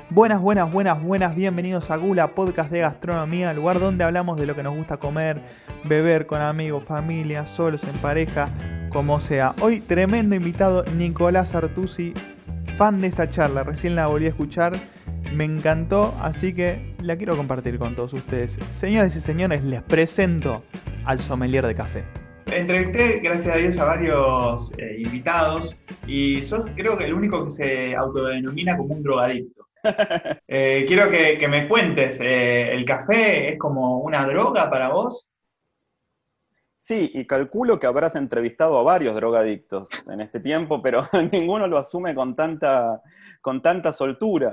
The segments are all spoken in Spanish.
Buenas, buenas, buenas, buenas, bienvenidos a Gula, podcast de gastronomía, lugar donde hablamos de lo que nos gusta comer, beber con amigos, familia, solos, en pareja, como sea. Hoy tremendo invitado, Nicolás Artusi, fan de esta charla, recién la volví a escuchar, me encantó, así que la quiero compartir con todos ustedes. Señoras y señores, les presento al sommelier de café. Entrevisté, gracias a Dios, a varios invitados y sos creo que el único que se autodenomina como un drogadicto. Quiero que me cuentes, ¿el café es como una droga para vos? Sí, y calculo que habrás entrevistado a varios drogadictos en este tiempo, pero ninguno lo asume con tanta soltura.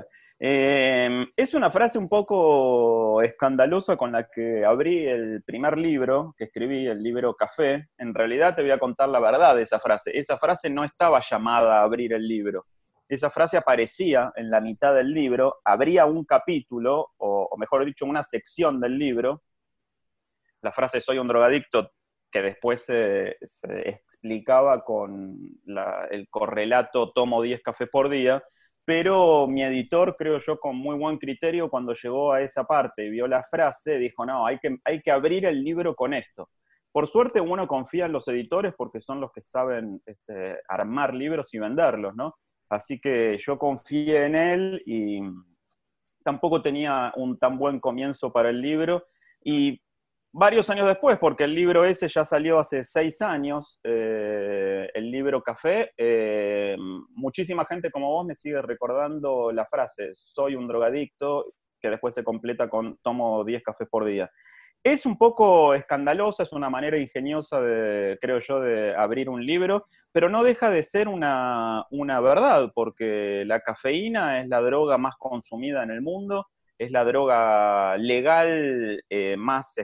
Es una frase un poco escandalosa con la que abrí el primer libro que escribí, el libro Café. En realidad te voy a contar la verdad de esa frase. Esa frase no estaba llamada a abrir el libro. Esa frase aparecía en la mitad del libro, abría un capítulo, o mejor dicho, una sección del libro. La frase "soy un drogadicto", que después se explicaba con el correlato "tomo 10 cafés por día", pero mi editor, creo yo, con muy buen criterio, cuando llegó a esa parte y vio la frase, dijo, no, hay que abrir el libro con esto. Por suerte uno confía en los editores porque son los que saben armar libros y venderlos, ¿no? Así que yo confié en él y tampoco tenía un tan buen comienzo para el libro, y varios años después, porque el libro ese ya salió hace 6 años, el libro Café, muchísima gente como vos me sigue recordando la frase "soy un drogadicto", que después se completa con "tomo 10 cafés por día". Es un poco escandalosa, es una manera ingeniosa, creo yo, de abrir un libro, pero no deja de ser una verdad, porque la cafeína es la droga más consumida en el mundo, es la droga legal más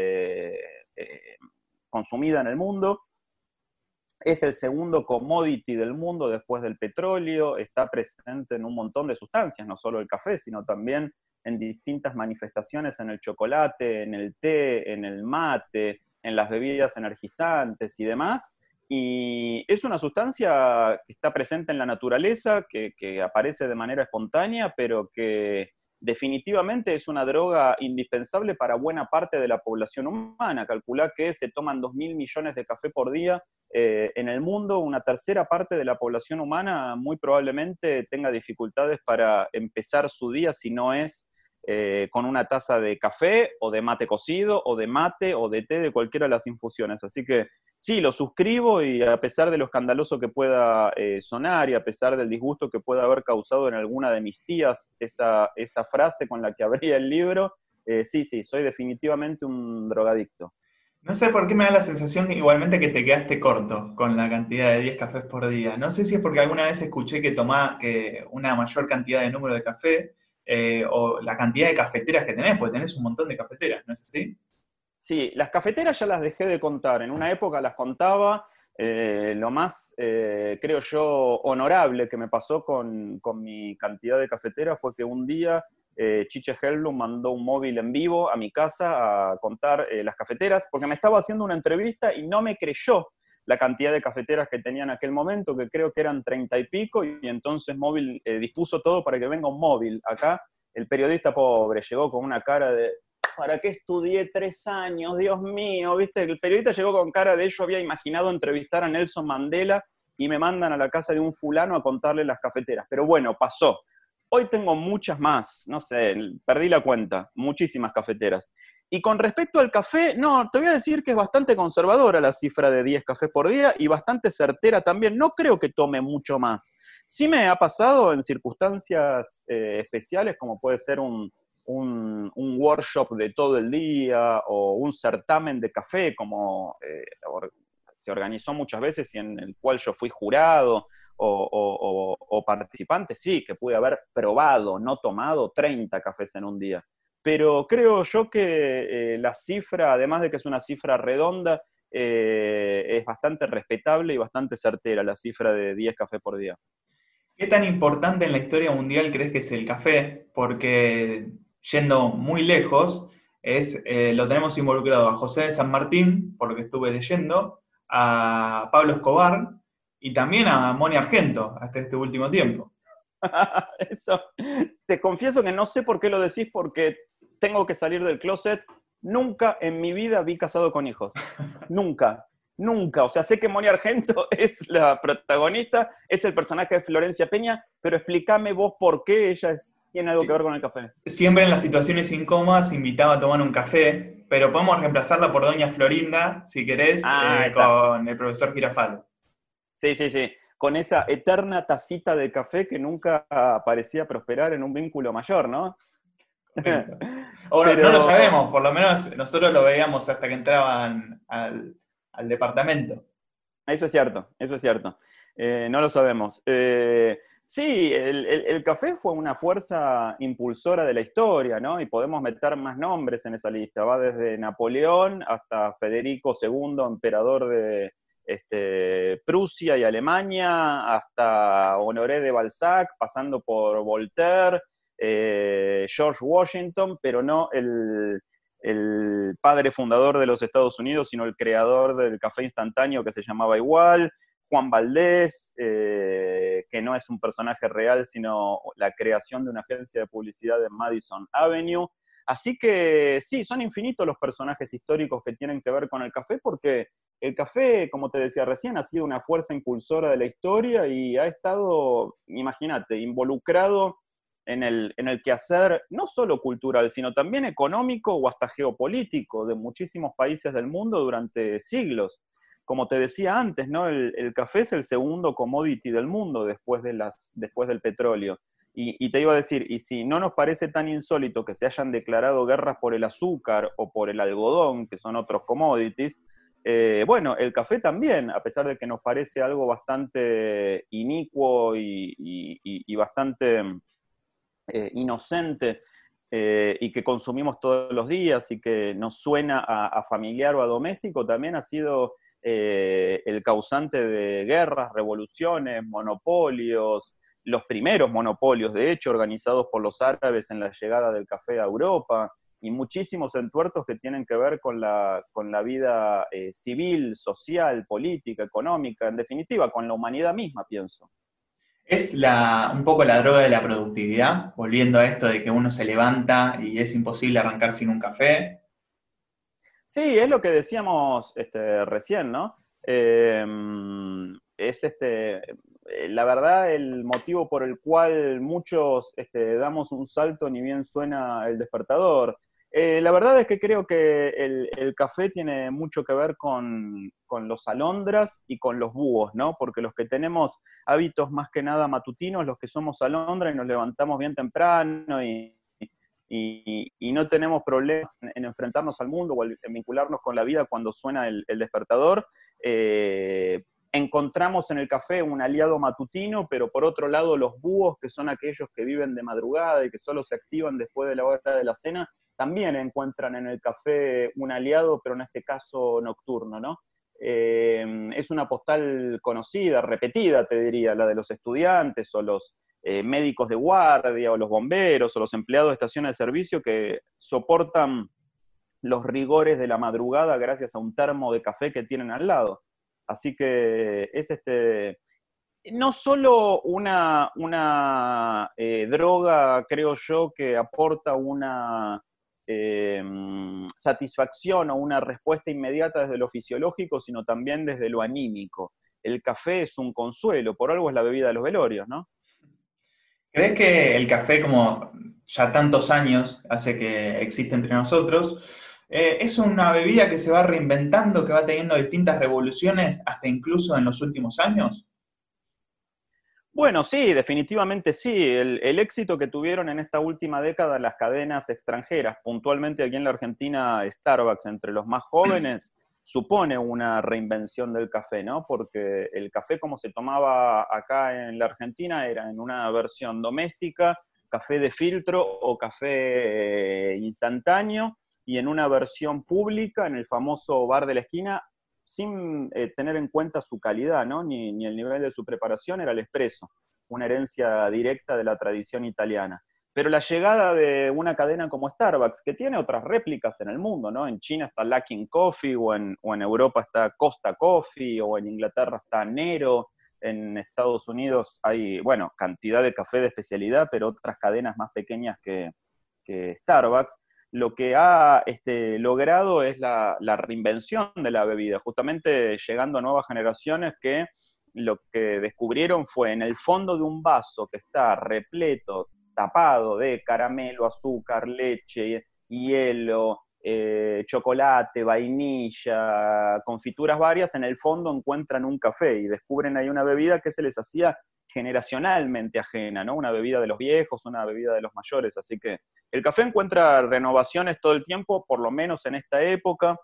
consumida en el mundo, es el segundo commodity del mundo después del petróleo, está presente en un montón de sustancias, no solo el café, sino también en distintas manifestaciones en el chocolate, en el té, en el mate, en las bebidas energizantes y demás. Y es una sustancia que está presente en la naturaleza, que aparece de manera espontánea, pero que definitivamente es una droga indispensable para buena parte de la población humana. Calculá que se toman 2.000 millones de café por día en el mundo. Una tercera parte de la población humana muy probablemente tenga dificultades para empezar su día si no es con una taza de café o de mate cocido o de mate o de té, de cualquiera de las infusiones. Así que sí, lo suscribo, y a pesar de lo escandaloso que pueda sonar y a pesar del disgusto que pueda haber causado en alguna de mis tías esa frase con la que abría el libro, sí, soy definitivamente un drogadicto. No sé por qué me da la sensación igualmente que te quedaste corto con la cantidad de 10 cafés por día. No sé si es porque alguna vez escuché que tomás que una mayor cantidad de número de café o la cantidad de cafeteras que tenés, porque tenés un montón de cafeteras, ¿no es así? Sí, las cafeteras ya las dejé de contar. En una época las contaba. Lo más, creo yo, honorable que me pasó con mi cantidad de cafeteras fue que un día Chiche Hellblum mandó un móvil en vivo a mi casa a contar las cafeteras, porque me estaba haciendo una entrevista y no me creyó la cantidad de cafeteras que tenía en aquel momento, que creo que eran 30 y pico, y entonces móvil dispuso todo para que venga un móvil acá. El periodista pobre llegó con una cara de ¿para qué estudié 3 años? Dios mío, ¿viste? El periodista llegó con cara de: yo había imaginado entrevistar a Nelson Mandela y me mandan a la casa de un fulano a contarle las cafeteras. Pero bueno, pasó. Hoy tengo muchas más, no sé, perdí la cuenta, muchísimas cafeteras. Y con respecto al café, no, te voy a decir que es bastante conservadora la cifra de 10 cafés por día y bastante certera también. No creo que tome mucho más. Sí me ha pasado en circunstancias especiales, como puede ser un workshop de todo el día o un certamen de café, como se organizó muchas veces y en el cual yo fui jurado o participante, sí, que pude haber probado, no tomado 30 cafés en un día. Pero creo yo que la cifra, además de que es una cifra redonda, es bastante respetable y bastante certera, la cifra de 10 cafés por día. ¿Qué tan importante en la historia mundial crees que es el café? Porque yendo muy lejos, lo tenemos involucrado a José de San Martín, por lo que estuve leyendo, a Pablo Escobar y también a Moni Argento hasta este último tiempo. Eso, te confieso que no sé por qué lo decís, porque tengo que salir del closet. Nunca en mi vida vi Casado con Hijos. Nunca, nunca. O sea, sé que Moni Argento es la protagonista, es el personaje de Florencia Peña, pero explícame vos por qué tiene algo que ver con el café. Siempre en las situaciones incómodas invitaba a tomar un café, pero podemos reemplazarla por Doña Florinda, si querés, Ah, está. con el profesor Girafales. Sí, sí, sí. Con esa eterna tacita de café que nunca parecía prosperar en un vínculo mayor, ¿no? Correcto. Ahora, no lo Pero sabemos, por lo menos nosotros lo veíamos hasta que entraban al departamento. eso es cierto, eso es cierto. No lo sabemos. Sí, el café fue una fuerza impulsora de la historia, ¿no? Y podemos meter más nombres en esa lista. Va desde Napoleón hasta Federico II, emperador de Prusia y Alemania, hasta Honoré de Balzac, pasando por Voltaire, George Washington, pero no el padre fundador de los Estados Unidos, sino el creador del café instantáneo que se llamaba igual, Juan Valdés, que no es un personaje real, sino la creación de una agencia de publicidad en Madison Avenue. Así que sí, son infinitos los personajes históricos que tienen que ver con el café, porque el café, como te decía recién, ha sido una fuerza impulsora de la historia y ha estado, imagínate, involucrado en el quehacer no solo cultural, sino también económico o hasta geopolítico de muchísimos países del mundo durante siglos. Como te decía antes, ¿no? El café es el segundo commodity del mundo después del petróleo. Y te iba a decir, y si no nos parece tan insólito que se hayan declarado guerras por el azúcar o por el algodón, que son otros commodities, bueno, el café también, a pesar de que nos parece algo bastante inicuo y bastante inocente, y que consumimos todos los días y que nos suena a familiar o a doméstico, también ha sido el causante de guerras, revoluciones, monopolios, los primeros monopolios, de hecho, organizados por los árabes en la llegada del café a Europa, y muchísimos entuertos que tienen que ver con la vida civil, social, política, económica, en definitiva, con la humanidad misma, pienso. Es un poco la droga de la productividad, volviendo a esto de que uno se levanta y es imposible arrancar sin un café. Sí, es lo que decíamos recién, ¿no? Es la verdad el motivo por el cual muchos damos un salto ni bien suena el despertador. La verdad es que creo que el café tiene mucho que ver con los alondras y con los búhos, ¿no? Porque los que tenemos hábitos más que nada matutinos, los que somos alondra y nos levantamos bien temprano y no tenemos problemas en enfrentarnos al mundo o en vincularnos con la vida cuando suena el despertador, encontramos en el café un aliado matutino, pero por otro lado los búhos, que son aquellos que viven de madrugada y que solo se activan después de la hora de la cena, también encuentran en el café un aliado, pero en este caso nocturno, ¿no? Es una postal conocida, repetida, te diría, la de los estudiantes o los médicos de guardia o los bomberos o los empleados de estaciones de servicio que soportan los rigores de la madrugada gracias a un termo de café que tienen al lado. Así que es no solo una droga, creo yo, que aporta una satisfacción o una respuesta inmediata desde lo fisiológico, sino también desde lo anímico. El café es un consuelo, por algo es la bebida de los velorios, ¿no? ¿Crees que el café, como ya tantos años hace que existe entre nosotros, es una bebida que se va reinventando, que va teniendo distintas revoluciones, hasta incluso en los últimos años? Bueno, sí, definitivamente sí. El éxito que tuvieron en esta última década las cadenas extranjeras, puntualmente aquí en la Argentina, Starbucks, entre los más jóvenes, supone una reinvención del café, ¿no? Porque el café como se tomaba acá en la Argentina era en una versión doméstica, café de filtro o café instantáneo, y en una versión pública, en el famoso bar de la esquina, sin tener en cuenta su calidad, ¿no? Ni el nivel de su preparación, era el espresso, una herencia directa de la tradición italiana. Pero la llegada de una cadena como Starbucks, que tiene otras réplicas en el mundo, ¿no? En China está Luckin Coffee, o en Europa está Costa Coffee, o en Inglaterra está Nero, En Estados Unidos hay, bueno, cantidad de café de especialidad, pero otras cadenas más pequeñas que Starbucks. Lo que ha logrado es la reinvención de la bebida, justamente llegando a nuevas generaciones que lo que descubrieron fue en el fondo de un vaso que está repleto, tapado de caramelo, azúcar, leche, hielo, chocolate, vainilla, confituras varias, en el fondo encuentran un café y descubren ahí una bebida que se les hacía generacionalmente ajena, ¿no? Una bebida de los viejos, una bebida de los mayores, así que el café encuentra renovaciones todo el tiempo, por lo menos en esta época.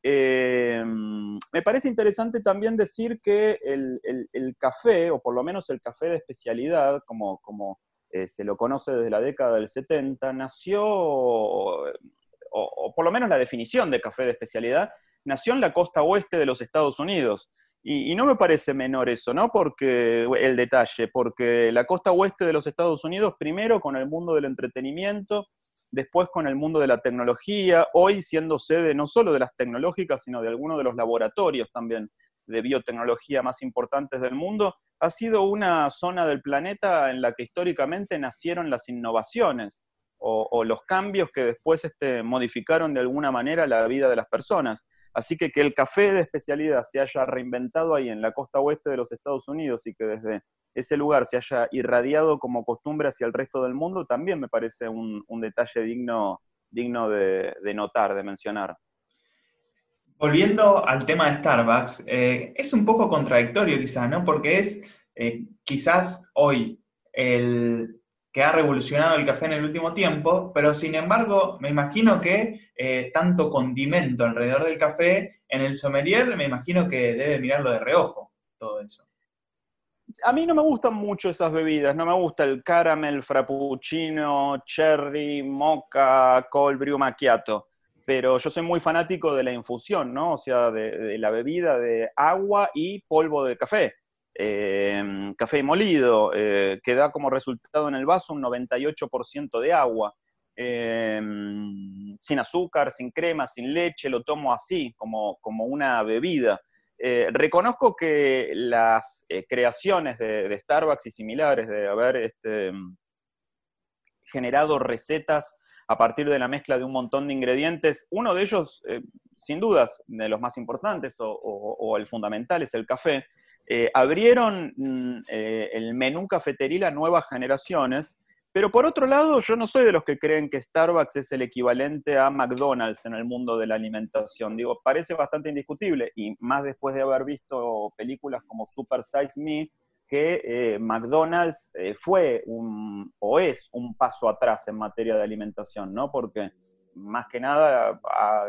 Me parece interesante también decir que el café, o por lo menos el café de especialidad, como se lo conoce desde la década del 70, nació, o por lo menos la definición de café de especialidad, nació en la costa oeste de los Estados Unidos. Y no me parece menor eso, ¿no? Porque el detalle, porque la costa oeste de los Estados Unidos, primero con el mundo del entretenimiento, después con el mundo de la tecnología, hoy siendo sede no solo de las tecnológicas, sino de algunos de los laboratorios también de biotecnología más importantes del mundo, ha sido una zona del planeta en la que históricamente nacieron las innovaciones o los cambios que después modificaron de alguna manera la vida de las personas. Así que el café de especialidad se haya reinventado ahí en la costa oeste de los Estados Unidos y que desde ese lugar se haya irradiado como costumbre hacia el resto del mundo, también me parece un detalle digno de notar, de mencionar. Volviendo al tema de Starbucks, es un poco contradictorio quizás, ¿no? Porque es quizás hoy el que ha revolucionado el café en el último tiempo, pero sin embargo me imagino que tanto condimento alrededor del café, en el sommelier me imagino que debe mirarlo de reojo, todo eso. A mí no me gustan mucho esas bebidas, no me gusta el caramel, frappuccino, cherry, mocha, cold brew, macchiato, pero yo soy muy fanático de la infusión, ¿no? O sea, de la bebida de agua y polvo de café. Café molido, que da como resultado en el vaso un 98% de agua. Sin azúcar, sin crema, sin leche, lo tomo así, como una bebida. Reconozco que las creaciones de Starbucks y similares, de haber generado recetas a partir de la mezcla de un montón de ingredientes, uno de ellos, sin dudas, de los más importantes o el fundamental es el café, abrieron el menú cafeteril a nuevas generaciones. Pero por otro lado, yo no soy de los que creen que Starbucks es el equivalente a McDonald's en el mundo de la alimentación. Digo, parece bastante indiscutible, y más después de haber visto películas como Super Size Me, que McDonald's fue o es un paso atrás en materia de alimentación, ¿no? Porque más que nada ha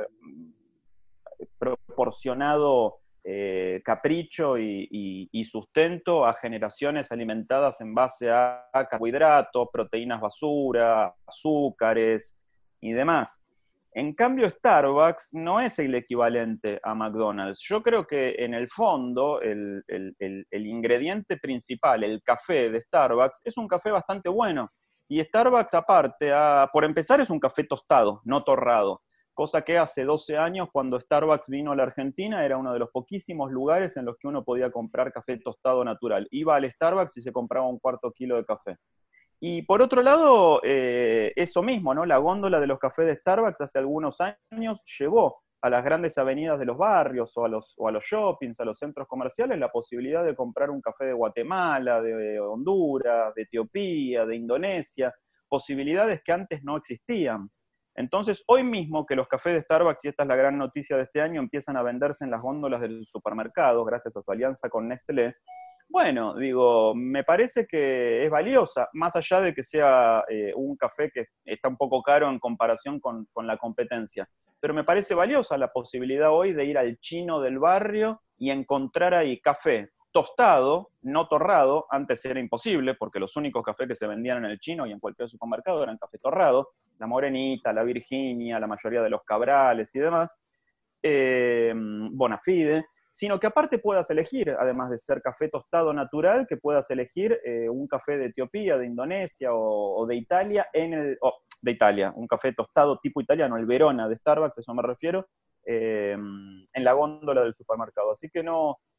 proporcionado capricho y sustento a generaciones alimentadas en base a carbohidratos, proteínas basura, azúcares y demás. En cambio, Starbucks no es el equivalente a McDonald's. Yo creo que en el fondo el ingrediente principal, el café de Starbucks, es un café bastante bueno. Y Starbucks aparte, por empezar, es un café tostado, no torrado. Cosa que hace 12 años, cuando Starbucks vino a la Argentina, era uno de los poquísimos lugares en los que uno podía comprar café tostado natural. Iba al Starbucks y se compraba un cuarto kilo de café. Y por otro lado, eso mismo, ¿no? La góndola de los cafés de Starbucks hace algunos años llevó a las grandes avenidas de los barrios o a los shoppings, a los centros comerciales, la posibilidad de comprar un café de Guatemala, de Honduras, de Etiopía, de Indonesia, posibilidades que antes no existían. Entonces, hoy mismo que los cafés de Starbucks, y esta es la gran noticia de este año, empiezan a venderse en las góndolas del supermercado, gracias a su alianza con Nestlé, bueno, digo, me parece que es valiosa, más allá de que sea un café que está un poco caro en comparación con la competencia. Pero me parece valiosa la posibilidad hoy de ir al chino del barrio y encontrar ahí café tostado, no torrado. Antes era imposible, porque los únicos cafés que se vendían en el chino y en cualquier supermercado eran café torrado, la Morenita, la Virginia, la mayoría de los Cabrales y demás, Bonafide, sino que aparte puedas elegir, además de ser café tostado natural, que puedas elegir un café de Etiopía, de Indonesia o de Italia, de Italia, un café tostado tipo italiano, el Verona de Starbucks, eso me refiero, en la góndola del supermercado. Así que no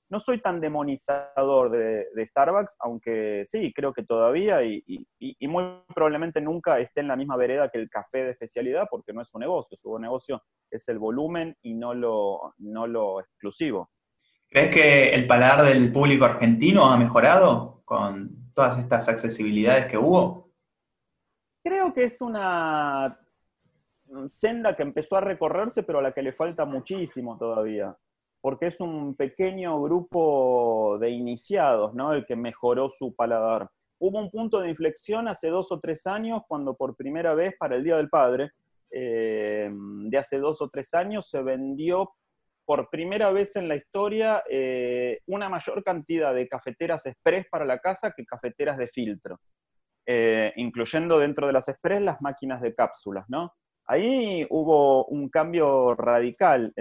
no soy tan demonizador de Starbucks, aunque sí, creo que todavía y muy probablemente nunca esté en la misma vereda que el café de especialidad, porque no es su negocio es el volumen y no lo exclusivo. ¿Crees que el paladar del público argentino ha mejorado con todas estas accesibilidades que hubo? Creo que es una senda que empezó a recorrerse, pero a la que le falta muchísimo todavía, porque es un pequeño grupo de iniciados, ¿no? El que mejoró su paladar. Hubo un punto de inflexión hace 2 o 3 años, cuando por primera vez para el Día del Padre, de hace 2 o 3 años, se vendió por primera vez en la historia una mayor cantidad de cafeteras express para la casa que cafeteras de filtro, incluyendo dentro de las express las máquinas de cápsulas, ¿no? Ahí hubo un cambio radical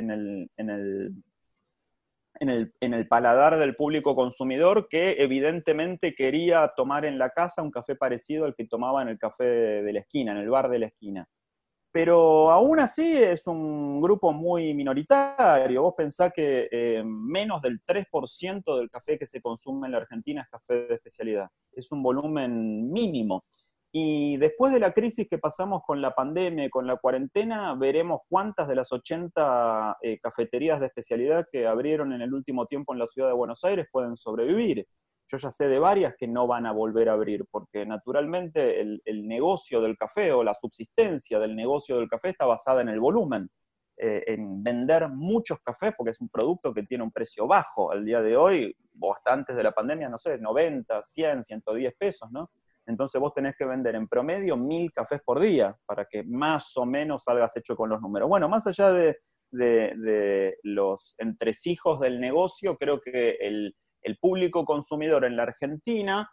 en el paladar del público consumidor, que evidentemente quería tomar en la casa un café parecido al que tomaba en el café de la esquina, en el bar de la esquina. Pero aún así es un grupo muy minoritario. Vos pensás que menos del 3% del café que se consume en la Argentina es café de especialidad. Es un volumen mínimo. Y después de la crisis que pasamos con la pandemia y con la cuarentena, veremos cuántas de las 80 cafeterías de especialidad que abrieron en el último tiempo en la ciudad de Buenos Aires pueden sobrevivir. Yo ya sé de varias que no van a volver a abrir, porque naturalmente el negocio del café o la subsistencia del negocio del café está basada en el volumen, en vender muchos cafés, porque es un producto que tiene un precio bajo al día de hoy, o hasta antes de la pandemia, no sé, 90, 100, 110 pesos, ¿no? Entonces vos tenés que vender en promedio 1000 cafés por día para que más o menos salgas hecho con los números. Bueno, más allá de los entresijos del negocio, creo que el público consumidor en la Argentina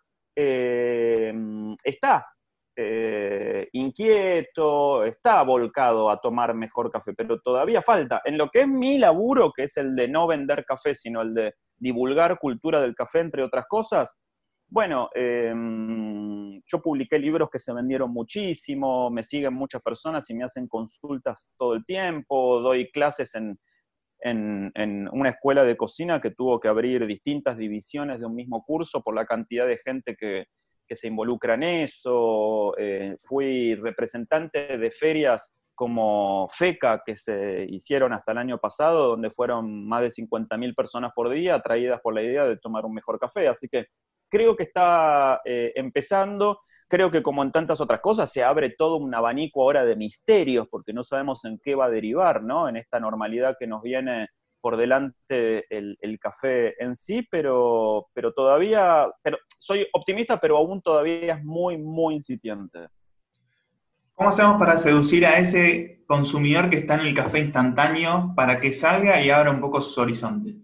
está inquieto, está volcado a tomar mejor café, pero todavía falta. En lo que es mi laburo, que es el de no vender café, sino el de divulgar cultura del café, entre otras cosas, bueno, yo publiqué libros que se vendieron muchísimo, me siguen muchas personas y me hacen consultas todo el tiempo, doy clases en una escuela de cocina que tuvo que abrir distintas divisiones de un mismo curso por la cantidad de gente que se involucra en eso. Fui representante de ferias como FECA, que se hicieron hasta el año pasado, donde fueron más de 50.000 personas por día atraídas por la idea de tomar un mejor café. Así que creo que está empezando. Creo que como en tantas otras cosas se abre todo un abanico ahora de misterios, porque no sabemos en qué va a derivar, ¿no? En esta normalidad que nos viene por delante el café en sí, pero todavía, pero soy optimista, pero aún todavía es muy, muy incipiente. ¿Cómo hacemos para seducir a ese consumidor que está en el café instantáneo para que salga y abra un poco sus horizontes?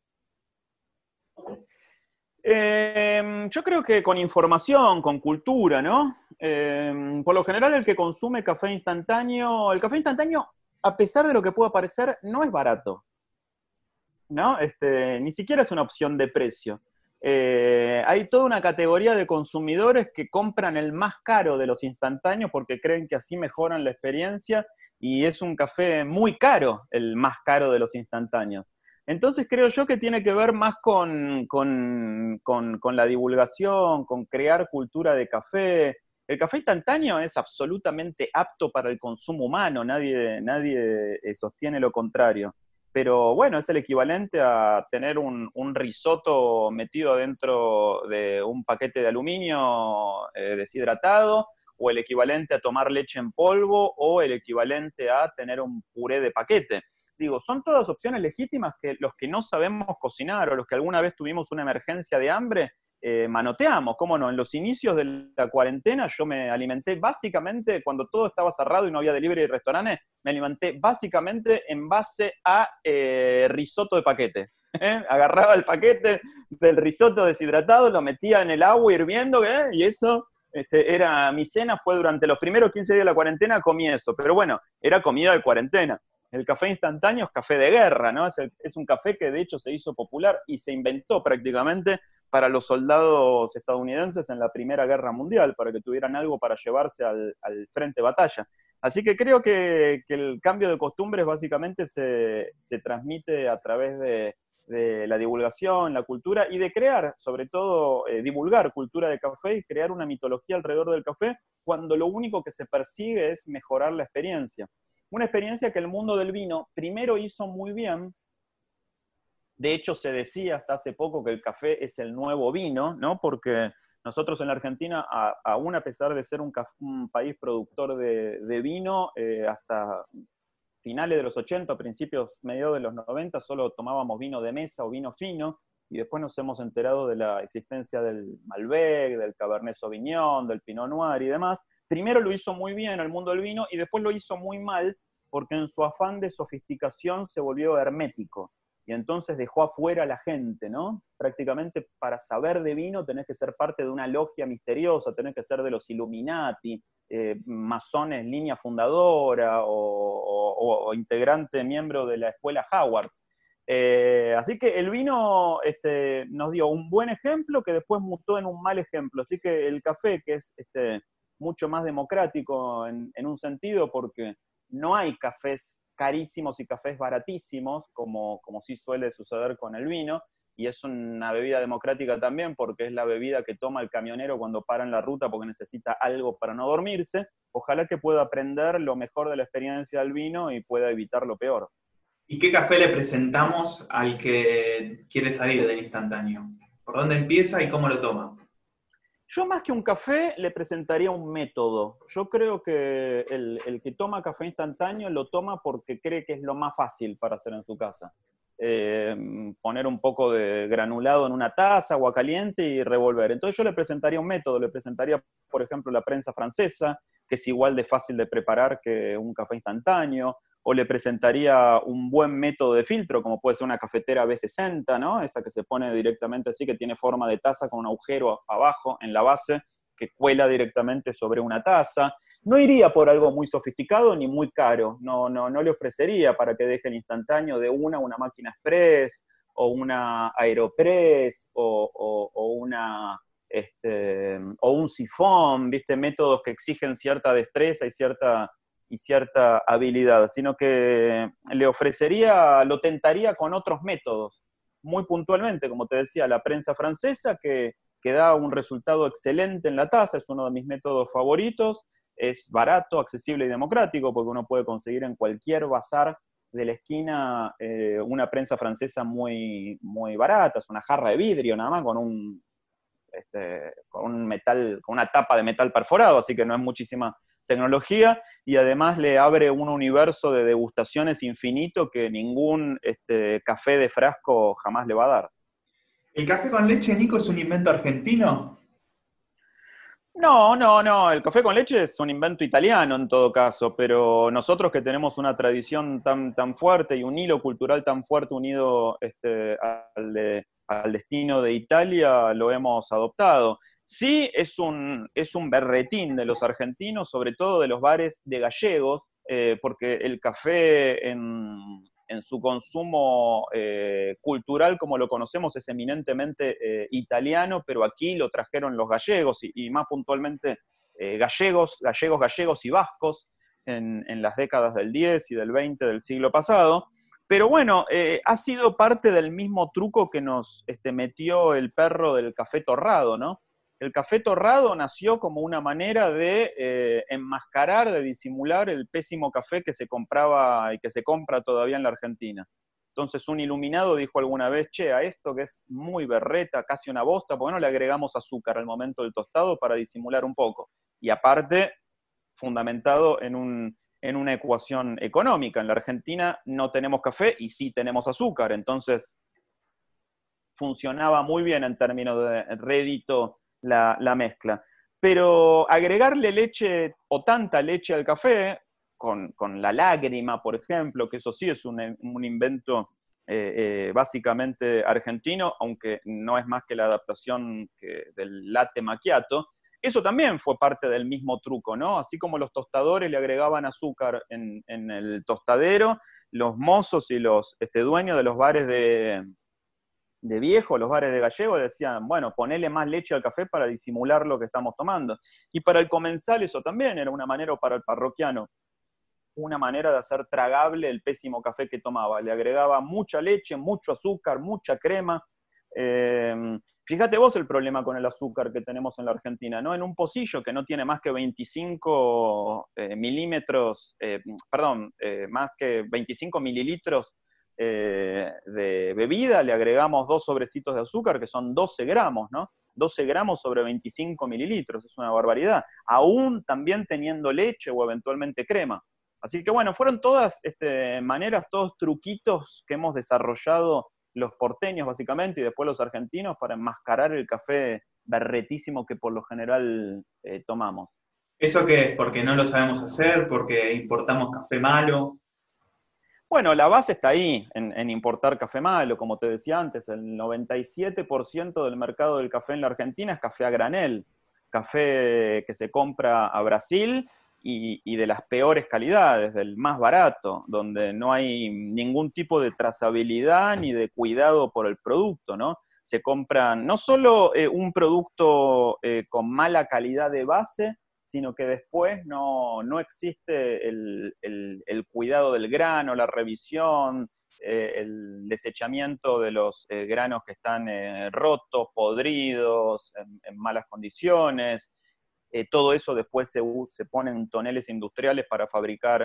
Yo creo que con información, con cultura, ¿no? Por lo general el que consume el café instantáneo, a pesar de lo que pueda parecer, no es barato, ¿no? Ni siquiera es una opción de precio. Hay toda una categoría de consumidores que compran el más caro de los instantáneos porque creen que así mejoran la experiencia, y es un café muy caro, el más caro de los instantáneos. Entonces creo yo que tiene que ver más con la divulgación, con crear cultura de café. El café instantáneo es absolutamente apto para el consumo humano, nadie sostiene lo contrario. Pero bueno, es el equivalente a tener un risotto metido dentro de un paquete de aluminio deshidratado, o el equivalente a tomar leche en polvo, o el equivalente a tener un puré de paquete. Digo, son todas opciones legítimas que los que no sabemos cocinar o los que alguna vez tuvimos una emergencia de hambre, manoteamos. ¿Cómo no? En los inicios de la cuarentena yo me alimenté básicamente, cuando todo estaba cerrado y no había delivery y restaurantes, me alimenté básicamente en base a risotto de paquete. Agarraba el paquete del risotto deshidratado, lo metía en el agua hirviendo, y eso era mi cena. Fue durante los primeros 15 días de la cuarentena, comí eso. Pero bueno, era comida de cuarentena. El café instantáneo es café de guerra, ¿no? Es un café que de hecho se hizo popular y se inventó prácticamente para los soldados estadounidenses en la Primera Guerra Mundial, para que tuvieran algo para llevarse al frente de batalla. Así que creo que el cambio de costumbres básicamente se transmite a través de la divulgación, la cultura, y de crear, sobre todo, divulgar cultura de café y crear una mitología alrededor del café, cuando lo único que se persigue es mejorar la experiencia. Una experiencia que el mundo del vino primero hizo muy bien. De hecho, se decía hasta hace poco que el café es el nuevo vino, ¿no? Porque nosotros en la Argentina, aún a pesar de ser un país productor de vino, hasta finales de los 80, principios, mediados de los 90, solo tomábamos vino de mesa o vino fino, y después nos hemos enterado de la existencia del Malbec, del Cabernet Sauvignon, del Pinot Noir y demás. Primero lo hizo muy bien el mundo del vino, y después lo hizo muy mal, porque en su afán de sofisticación se volvió hermético. Y entonces dejó afuera a la gente, ¿no? Prácticamente para saber de vino tenés que ser parte de una logia misteriosa, tenés que ser de los Illuminati, masones, línea fundadora, o integrante, miembro de la escuela Howard. Así que el vino nos dio un buen ejemplo que después mutó en un mal ejemplo. Así que el café, que es mucho más democrático en un sentido, porque no hay cafés carísimos y cafés baratísimos, como sí suele suceder con el vino, y es una bebida democrática también, porque es la bebida que toma el camionero cuando para en la ruta porque necesita algo para no dormirse. Ojalá que pueda aprender lo mejor de la experiencia del vino y pueda evitar lo peor. ¿Y qué café le presentamos al que quiere salir del instantáneo? ¿Por dónde empieza y cómo lo toma? Yo más que un café le presentaría un método. Yo creo que el que toma café instantáneo lo toma porque cree que es lo más fácil para hacer en su casa. Poner un poco de granulado en una taza, agua caliente y revolver. Entonces yo le presentaría un método, le presentaría, por ejemplo, la prensa francesa, que es igual de fácil de preparar que un café instantáneo, o le presentaría un buen método de filtro, como puede ser una cafetera B60, ¿no? Esa que se pone directamente así, que tiene forma de taza con un agujero abajo en la base, que cuela directamente sobre una taza. No iría por algo muy sofisticado ni muy caro, no le ofrecería para que deje el instantáneo de una máquina express, o una Aeropress, o un sifón, ¿viste? Métodos que exigen cierta destreza y cierta habilidad, sino que le ofrecería, lo tentaría con otros métodos, muy puntualmente, como te decía, la prensa francesa, que da un resultado excelente en la taza, es uno de mis métodos favoritos, es barato, accesible y democrático, porque uno puede conseguir en cualquier bazar de la esquina una prensa francesa muy, muy barata, es una jarra de vidrio nada más, con un metal, con una tapa de metal perforado, así que no es muchísima tecnología, y además le abre un universo de degustaciones infinito que ningún café de frasco jamás le va a dar. ¿El café con leche, Nico, es un invento argentino? No, el café con leche es un invento italiano en todo caso, pero nosotros que tenemos una tradición tan fuerte y un hilo cultural tan fuerte unido al destino de Italia, lo hemos adoptado. Sí, es un berretín de los argentinos, sobre todo de los bares de gallegos, porque el café en su consumo cultural, como lo conocemos, es eminentemente italiano, pero aquí lo trajeron los gallegos, y más puntualmente gallegos y vascos, en las décadas del 10 y del 20 del siglo pasado. Pero bueno, ha sido parte del mismo truco que nos metió el perro del café torrado, ¿no? El café torrado nació como una manera de enmascarar, de disimular el pésimo café que se compraba y que se compra todavía en la Argentina. Entonces un iluminado dijo alguna vez, che, a esto que es muy berreta, casi una bosta, ¿por qué no le agregamos azúcar al momento del tostado para disimular un poco? Y aparte, fundamentado en una ecuación económica. En la Argentina no tenemos café y sí tenemos azúcar, entonces funcionaba muy bien en términos de rédito la mezcla. Pero agregarle leche o tanta leche al café, con la lágrima, por ejemplo, que eso sí es un invento básicamente argentino, aunque no es más que la adaptación del latte macchiato, eso también fue parte del mismo truco, ¿no? Así como los tostadores le agregaban azúcar en el tostadero, los mozos y los dueños de los bares de viejo, los bares de gallego, decían, bueno, ponele más leche al café para disimular lo que estamos tomando. Y para el comensal eso también era una manera, para el parroquiano, una manera de hacer tragable el pésimo café que tomaba. Le agregaba mucha leche, mucho azúcar, mucha crema. Fíjate vos el problema con el azúcar que tenemos en la Argentina, ¿no? En un pocillo que no tiene más que 25 milímetros, más que 25 mililitros de bebida, le agregamos 2 sobrecitos de azúcar, que son 12 gramos, ¿no? 12 gramos sobre 25 mililitros, es una barbaridad. Aún también teniendo leche o eventualmente crema. Así que bueno, fueron todas maneras, todos truquitos que hemos desarrollado los porteños básicamente y después los argentinos para enmascarar el café berretísimo que por lo general tomamos. ¿Eso qué es? ¿Porque no lo sabemos hacer? ¿Porque importamos café malo? Bueno, la base está ahí, en importar café malo, como te decía antes, el 97% del mercado del café en la Argentina es café a granel, café que se compra a Brasil y de las peores calidades, del más barato, donde no hay ningún tipo de trazabilidad ni de cuidado por el producto, ¿no? Se compran no solo un producto con mala calidad de base, sino que después no existe el cuidado del grano, la revisión, el desechamiento de los granos que están rotos, podridos, en malas condiciones. Todo eso después se pone en toneles industriales para fabricar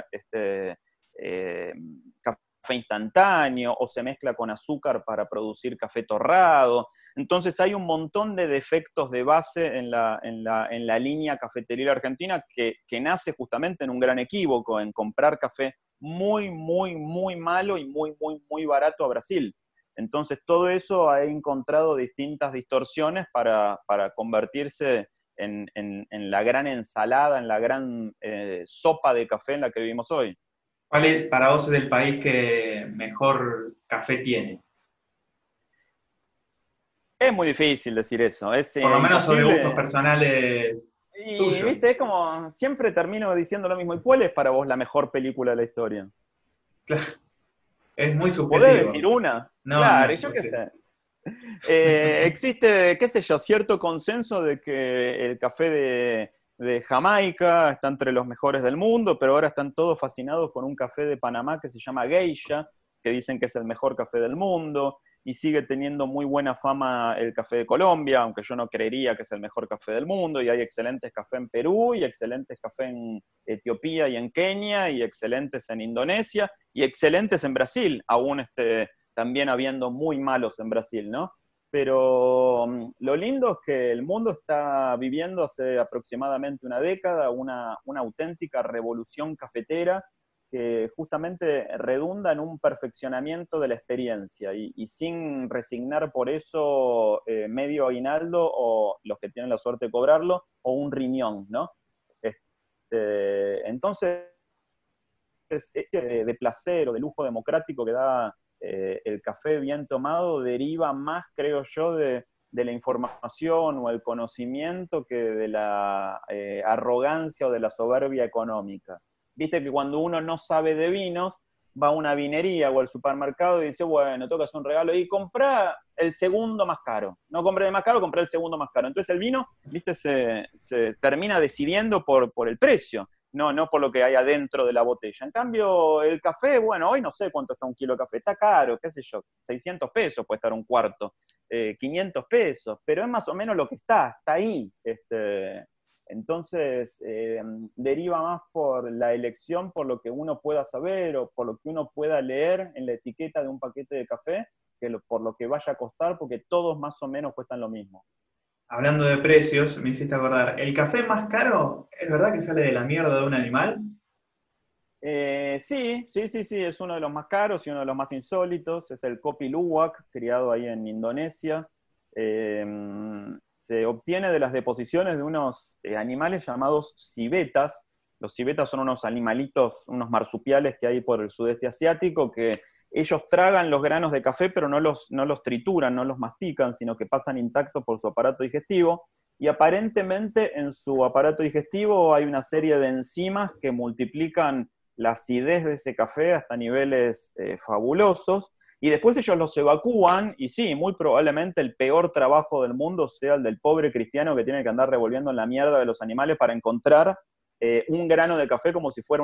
café instantáneo, o se mezcla con azúcar para producir café torrado. Entonces hay un montón de defectos de base en la línea cafeteril argentina que nace justamente en un gran equívoco, en comprar café muy, muy, muy malo y muy, muy, muy barato a Brasil. Entonces todo eso ha encontrado distintas distorsiones para convertirse en la gran ensalada, en la gran sopa de café en la que vivimos hoy. ¿Cuál es, para vos es el país que mejor café tiene? Es muy difícil decir eso, es Por lo menos sobre imposible. gustos personales Y, tuyos. viste, es como, siempre termino diciendo lo mismo. ¿Y cuál es para vos la mejor película de la historia? Claro, es muy ¿Podés subjetivo. decir una? No, Claro, no, y yo no qué sé. sé. Existe, qué sé yo, cierto consenso de que el café de Jamaica está entre los mejores del mundo, pero ahora están todos fascinados con un café de Panamá que se llama Geisha, que dicen que es el mejor café del mundo, y sigue teniendo muy buena fama el café de Colombia, aunque yo no creería que es el mejor café del mundo, y hay excelentes cafés en Perú, y excelentes cafés en Etiopía y en Kenia, y excelentes en Indonesia, y excelentes en Brasil, aún también habiendo muy malos en Brasil, ¿no? Pero lo lindo es que el mundo está viviendo hace aproximadamente una década una auténtica revolución cafetera que justamente redunda en un perfeccionamiento de la experiencia y sin resignar por eso medio aguinaldo o los que tienen la suerte de cobrarlo o un riñón, ¿no? Entonces, de placer o de lujo democrático que da el café bien tomado deriva más, creo yo, de la información o el conocimiento que de la arrogancia o de la soberbia económica. Viste que cuando uno no sabe de vinos, va a una vinería o al supermercado y dice, bueno, tocas un regalo y comprá el segundo más caro. No compré el más caro, compré el segundo más caro. Entonces el vino, viste, se termina decidiendo por el precio. No por lo que hay adentro de la botella. En cambio, el café, bueno, hoy no sé cuánto está un kilo de café, está caro, qué sé yo, 600 pesos puede estar un cuarto, 500 pesos, pero es más o menos lo que está ahí. Entonces, deriva más por la elección, por lo que uno pueda saber o por lo que uno pueda leer en la etiqueta de un paquete de café, que por lo que vaya a costar, porque todos más o menos cuestan lo mismo. Hablando de precios, me hiciste acordar, ¿el café más caro es verdad que sale de la mierda de un animal? Sí, es uno de los más caros y uno de los más insólitos, es el Kopi Luwak, criado ahí en Indonesia. Se obtiene de las deposiciones de unos animales llamados civetas. Los civetas son unos animalitos, unos marsupiales que hay por el sudeste asiático que ellos tragan los granos de café, pero no los trituran, no los mastican, sino que pasan intactos por su aparato digestivo. Y aparentemente en su aparato digestivo hay una serie de enzimas que multiplican la acidez de ese café hasta niveles fabulosos. Y después ellos los evacúan, y sí, muy probablemente el peor trabajo del mundo sea el del pobre cristiano que tiene que andar revolviendo en la mierda de los animales para encontrar un grano de café como si fuera una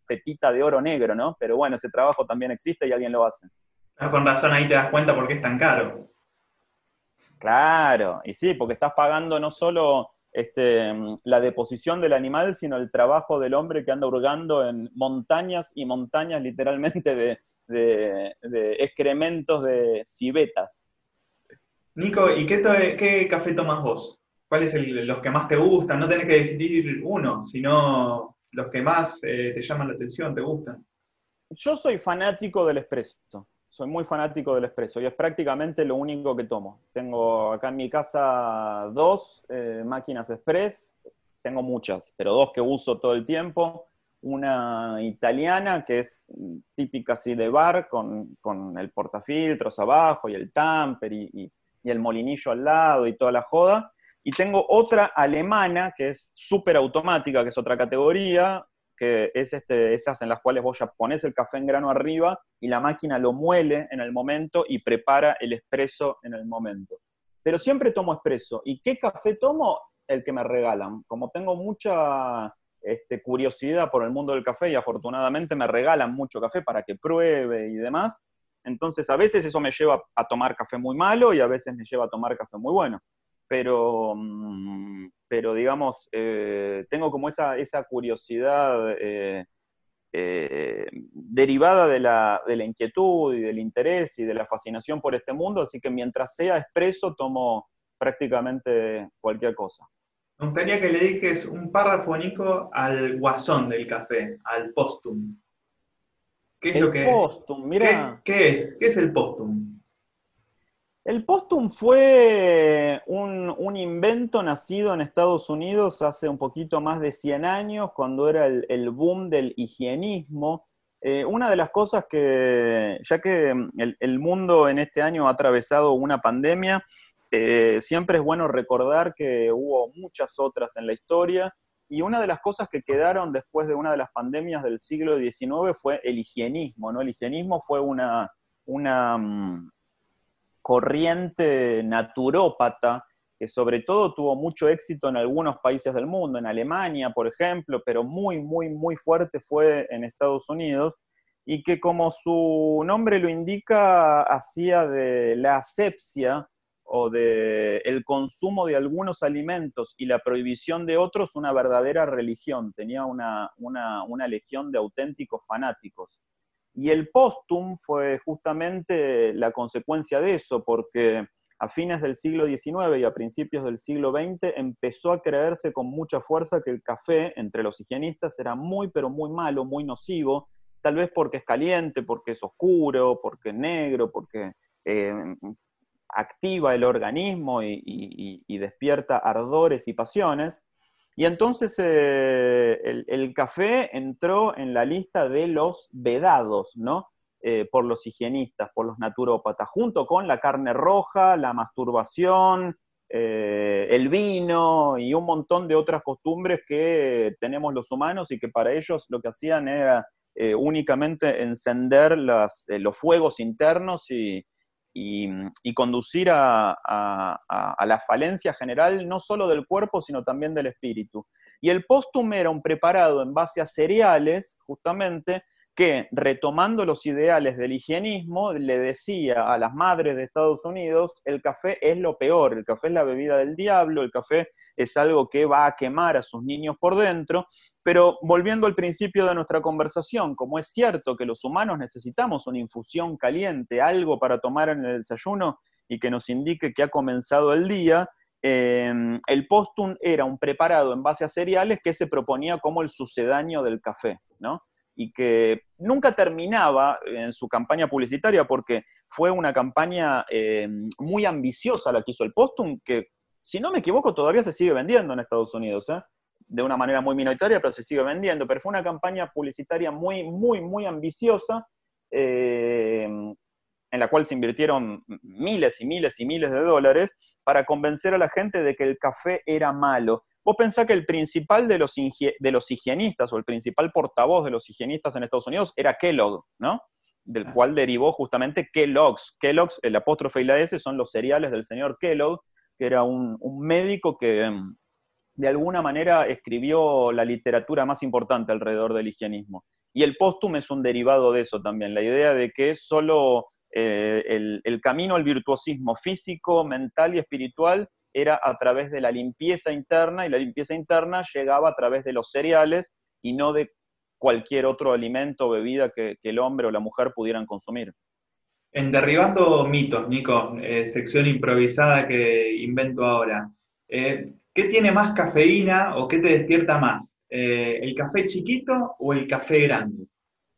pepita de oro negro, ¿no? Pero bueno, ese trabajo también existe y alguien lo hace. Ah, con razón ahí te das cuenta por qué es tan caro. Claro, y sí, porque estás pagando no solo la deposición del animal, sino el trabajo del hombre que anda hurgando en montañas y montañas literalmente de excrementos de civetas. Nico, ¿y qué café tomas vos? ¿Cuáles los que más te gustan? No tenés que decidir uno, sino los que más te llaman la atención, te gustan. Yo soy fanático del espresso, soy muy fanático del espresso y es prácticamente lo único que tomo. Tengo acá en mi casa dos máquinas express, tengo muchas, pero dos que uso todo el tiempo. Una italiana que es típica así de bar, con el portafiltros abajo y el tamper y el molinillo al lado y toda la joda. Y tengo otra alemana que es súper automática, que es otra categoría, que es esas en las cuales vos ya pones el café en grano arriba y la máquina lo muele en el momento y prepara el espresso en el momento. Pero siempre tomo espresso. ¿Y qué café tomo? El que me regalan. Como tengo mucha curiosidad por el mundo del café y afortunadamente me regalan mucho café para que pruebe y demás, entonces a veces eso me lleva a tomar café muy malo y a veces me lleva a tomar café muy bueno. Pero digamos, tengo como esa curiosidad derivada de la inquietud y del interés y de la fascinación por este mundo, así que mientras sea expreso tomo prácticamente cualquier cosa. Me gustaría que le dediques un párrafo, Nico, al guasón del café, al póstum. ¿Qué es lo El que, postum, mira. ¿Qué es el póstum? El postum fue un invento nacido en Estados Unidos hace un poquito más de 100 años, cuando era el boom del higienismo. Una de las cosas que, ya que el mundo en este año ha atravesado una pandemia, siempre es bueno recordar que hubo muchas otras en la historia, y una de las cosas que quedaron después de una de las pandemias del siglo XIX fue el higienismo, ¿no? El higienismo fue una corriente naturópata, que sobre todo tuvo mucho éxito en algunos países del mundo, en Alemania, por ejemplo, pero muy, muy, muy fuerte fue en Estados Unidos, y que como su nombre lo indica, hacía de la asepsia o de el consumo de algunos alimentos y la prohibición de otros una verdadera religión, tenía una legión de auténticos fanáticos. Y el póstum fue justamente la consecuencia de eso, porque a fines del siglo XIX y a principios del siglo XX empezó a creerse con mucha fuerza que el café, entre los higienistas, era muy, pero muy malo, muy nocivo, tal vez porque es caliente, porque es oscuro, porque es negro, porque eh, activa el organismo y despierta ardores y pasiones. Y entonces el café entró en la lista de los vedados, ¿no? Por los higienistas, por los naturópatas, junto con la carne roja, la masturbación, el vino y un montón de otras costumbres que tenemos los humanos y que para ellos lo que hacían era únicamente encender los fuegos internos y conducir a la falencia general no solo del cuerpo, sino también del espíritu. Y el póstum era un preparado en base a cereales, justamente, que, retomando los ideales del higienismo, le decía a las madres de Estados Unidos, el café es lo peor, el café es la bebida del diablo, el café es algo que va a quemar a sus niños por dentro. Pero volviendo al principio de nuestra conversación, como es cierto que los humanos necesitamos una infusión caliente, algo para tomar en el desayuno y que nos indique que ha comenzado el día, el póstum era un preparado en base a cereales que se proponía como el sucedáneo del café, ¿no? Y que nunca terminaba en su campaña publicitaria porque fue una campaña muy ambiciosa la que hizo el póstum, que si no me equivoco todavía se sigue vendiendo en Estados Unidos, de una manera muy minoritaria, pero se sigue vendiendo. Pero fue una campaña publicitaria muy, muy, muy ambiciosa, en la cual se invirtieron miles y miles y miles de dólares para convencer a la gente de que el café era malo. Vos pensás que el principal de los higienistas, o el principal portavoz de los higienistas en Estados Unidos, era Kellogg, ¿no? Del cual derivó justamente Kellogg's. Kellogg's, el apóstrofe y la S, son los cereales del señor Kellogg, que era un médico que de alguna manera escribió la literatura más importante alrededor del higienismo. Y el póstum es un derivado de eso también, la idea de que solo el camino al virtuosismo físico, mental y espiritual era a través de la limpieza interna, y la limpieza interna llegaba a través de los cereales y no de cualquier otro alimento o bebida que el hombre o la mujer pudieran consumir. En Derribando Mitos, Nico, sección improvisada que invento ahora, ¿qué tiene más cafeína o qué te despierta más? ¿El café chiquito o el café grande?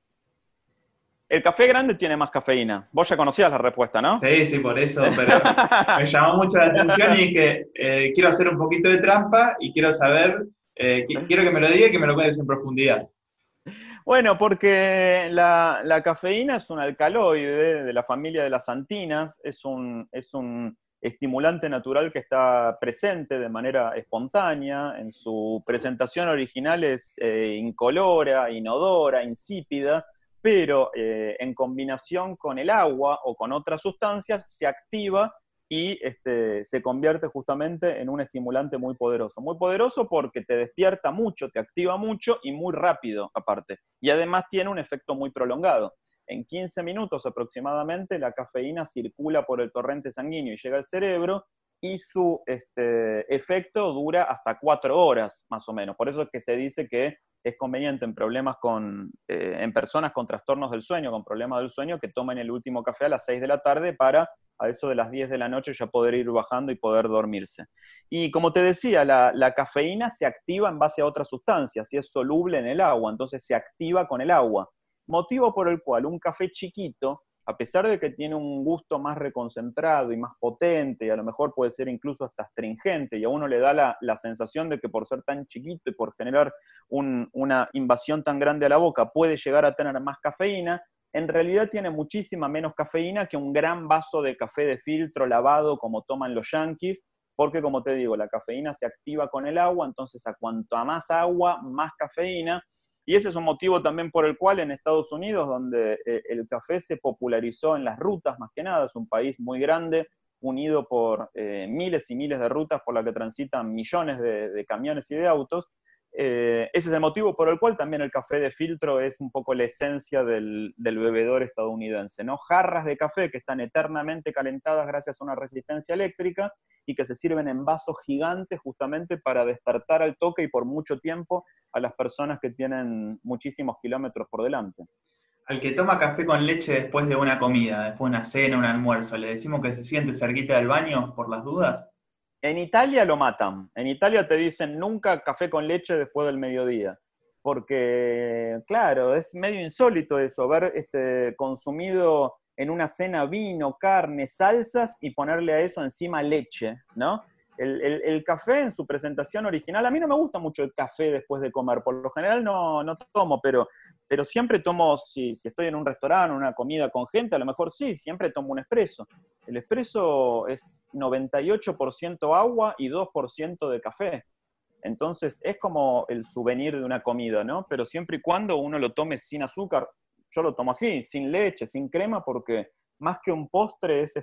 El café grande tiene más cafeína. Vos ya conocías la respuesta, ¿no? Sí, sí, por eso, pero me llamó mucho la atención y dije, quiero hacer un poquito de trampa y quiero saber, quiero que me lo diga y que me lo cuentes en profundidad. Bueno, porque la cafeína es un alcaloide de la familia de las antinas, es un estimulante natural que está presente de manera espontánea. En su presentación original es incolora, inodora, insípida, pero en combinación con el agua o con otras sustancias se activa y se convierte justamente en un estimulante muy poderoso. Muy poderoso porque te despierta mucho, te activa mucho y muy rápido aparte. Y además tiene un efecto muy prolongado. En 15 minutos aproximadamente la cafeína circula por el torrente sanguíneo y llega al cerebro, y su efecto dura hasta 4 horas más o menos. Por eso es que se dice que es conveniente en personas con trastornos del sueño, con problemas del sueño, que tomen el último café a las 6 de la tarde para a eso de las 10 de la noche ya poder ir bajando y poder dormirse. Y como te decía, la cafeína se activa en base a otras sustancias y es soluble en el agua, entonces se activa con el agua. Motivo por el cual un café chiquito, a pesar de que tiene un gusto más reconcentrado y más potente, y a lo mejor puede ser incluso hasta astringente, y a uno le da la sensación de que por ser tan chiquito y por generar una invasión tan grande a la boca puede llegar a tener más cafeína, en realidad tiene muchísima menos cafeína que un gran vaso de café de filtro lavado como toman los yanquis, porque como te digo, la cafeína se activa con el agua, entonces a cuanto a más agua, más cafeína. Y ese es un motivo también por el cual en Estados Unidos, donde el café se popularizó en las rutas más que nada, es un país muy grande, unido por miles y miles de rutas por las que transitan millones de camiones y de autos. Ese es el motivo por el cual también el café de filtro es un poco la esencia del bebedor estadounidense, ¿no? Jarras de café que están eternamente calentadas gracias a una resistencia eléctrica y que se sirven en vasos gigantes justamente para despertar al toque y por mucho tiempo a las personas que tienen muchísimos kilómetros por delante. Al que toma café con leche después de una comida, después de una cena, un almuerzo, ¿le decimos que se siente cerquita del baño por las dudas? En Italia lo matan. En Italia te dicen nunca café con leche después del mediodía. Porque, claro, es medio insólito eso, ver consumido en una cena vino, carne, salsas y ponerle a eso encima leche, ¿no? El café en su presentación original, a mí no me gusta mucho el café después de comer, por lo general no tomo, pero siempre tomo, si estoy en un restaurante, una comida con gente, a lo mejor sí, siempre tomo un espresso. El espresso es 98% agua y 2% de café. Entonces es como el souvenir de una comida, ¿no? Pero siempre y cuando uno lo tome sin azúcar, yo lo tomo así, sin leche, sin crema, porque más que un postre es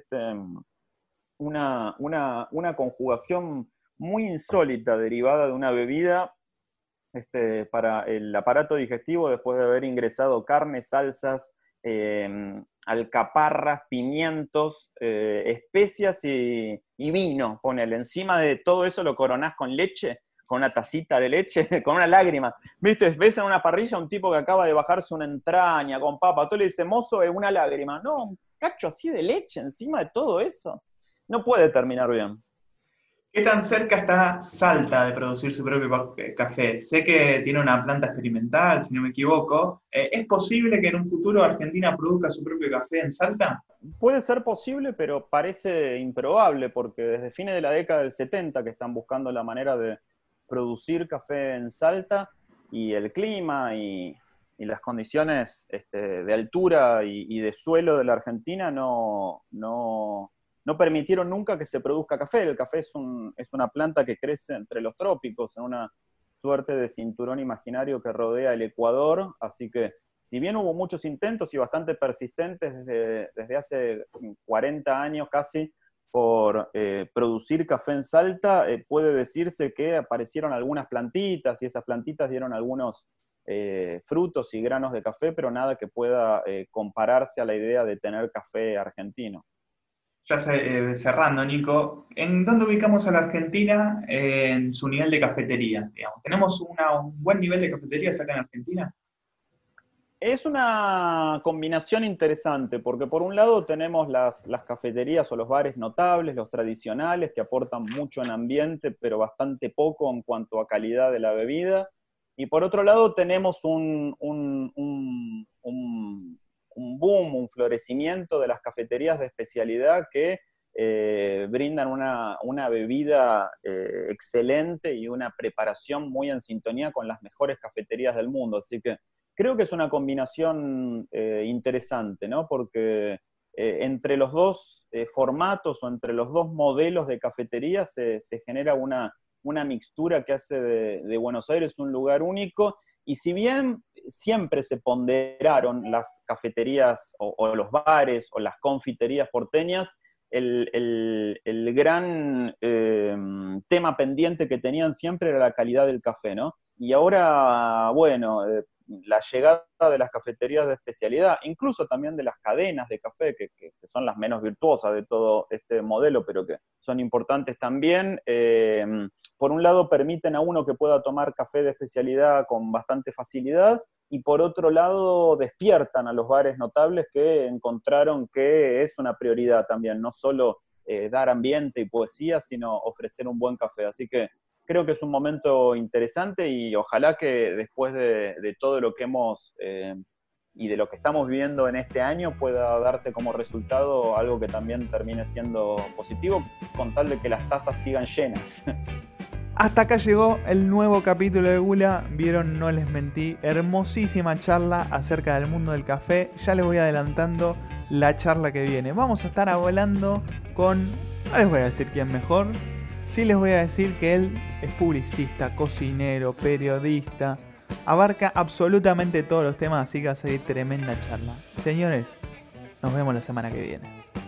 una conjugación muy insólita derivada de una bebida para el aparato digestivo después de haber ingresado carne, salsas, alcaparras, pimientos, especias y vino, ponele. Encima de todo eso lo coronás con leche, con una tacita de leche, con una lágrima. ¿Viste? Ves en una parrilla un tipo que acaba de bajarse una entraña con papa, tú le dices, mozo, es una lágrima. No, un cacho así de leche encima de todo eso. No puede terminar bien. ¿Qué tan cerca está Salta de producir su propio café? Sé que tiene una planta experimental, si no me equivoco. ¿Es posible que en un futuro Argentina produzca su propio café en Salta? Puede ser posible, pero parece improbable, porque desde fines de la década del 70 que están buscando la manera de producir café en Salta, y el clima y las condiciones de altura y de suelo de la Argentina no permitieron nunca que se produzca café. El café es una planta que crece entre los trópicos, en una suerte de cinturón imaginario que rodea el Ecuador, así que si bien hubo muchos intentos y bastante persistentes desde hace 40 años casi por producir café en Salta, puede decirse que aparecieron algunas plantitas y esas plantitas dieron algunos frutos y granos de café, pero nada que pueda compararse a la idea de tener café argentino. Ya cerrando, Nico, ¿en dónde ubicamos a la Argentina en su nivel de cafetería? Digamos? ¿Tenemos un buen nivel de cafeterías acá en Argentina? Es una combinación interesante, porque por un lado tenemos las cafeterías o los bares notables, los tradicionales, que aportan mucho en ambiente, pero bastante poco en cuanto a calidad de la bebida. Y por otro lado tenemos un boom, un florecimiento de las cafeterías de especialidad que brindan una bebida excelente y una preparación muy en sintonía con las mejores cafeterías del mundo. Así que creo que es una combinación interesante, ¿no? Porque entre los dos formatos o entre los dos modelos de cafetería se genera una mixtura que hace de Buenos Aires un lugar único. Y si bien siempre se ponderaron las cafeterías o los bares o las confiterías porteñas, el gran tema pendiente que tenían siempre era la calidad del café, ¿no? Y ahora, bueno, la llegada de las cafeterías de especialidad, incluso también de las cadenas de café, que son las menos virtuosas de todo este modelo, pero que son importantes también, por un lado permiten a uno que pueda tomar café de especialidad con bastante facilidad, y por otro lado despiertan a los bares notables que encontraron que es una prioridad también, no solo dar ambiente y poesía, sino ofrecer un buen café. Así que creo que es un momento interesante y ojalá que después de todo lo que hemos y de lo que estamos viviendo en este año pueda darse como resultado algo que también termine siendo positivo, con tal de que las tazas sigan llenas. Hasta acá llegó el nuevo capítulo de Gula. Vieron, no les mentí, hermosísima charla acerca del mundo del café. Ya les voy adelantando la charla que viene. Vamos a estar hablando con... no les voy a decir quién mejor. Sí les voy a decir que él es publicista, cocinero, periodista. Abarca absolutamente todos los temas, así que va a ser tremenda charla. Señores, nos vemos la semana que viene.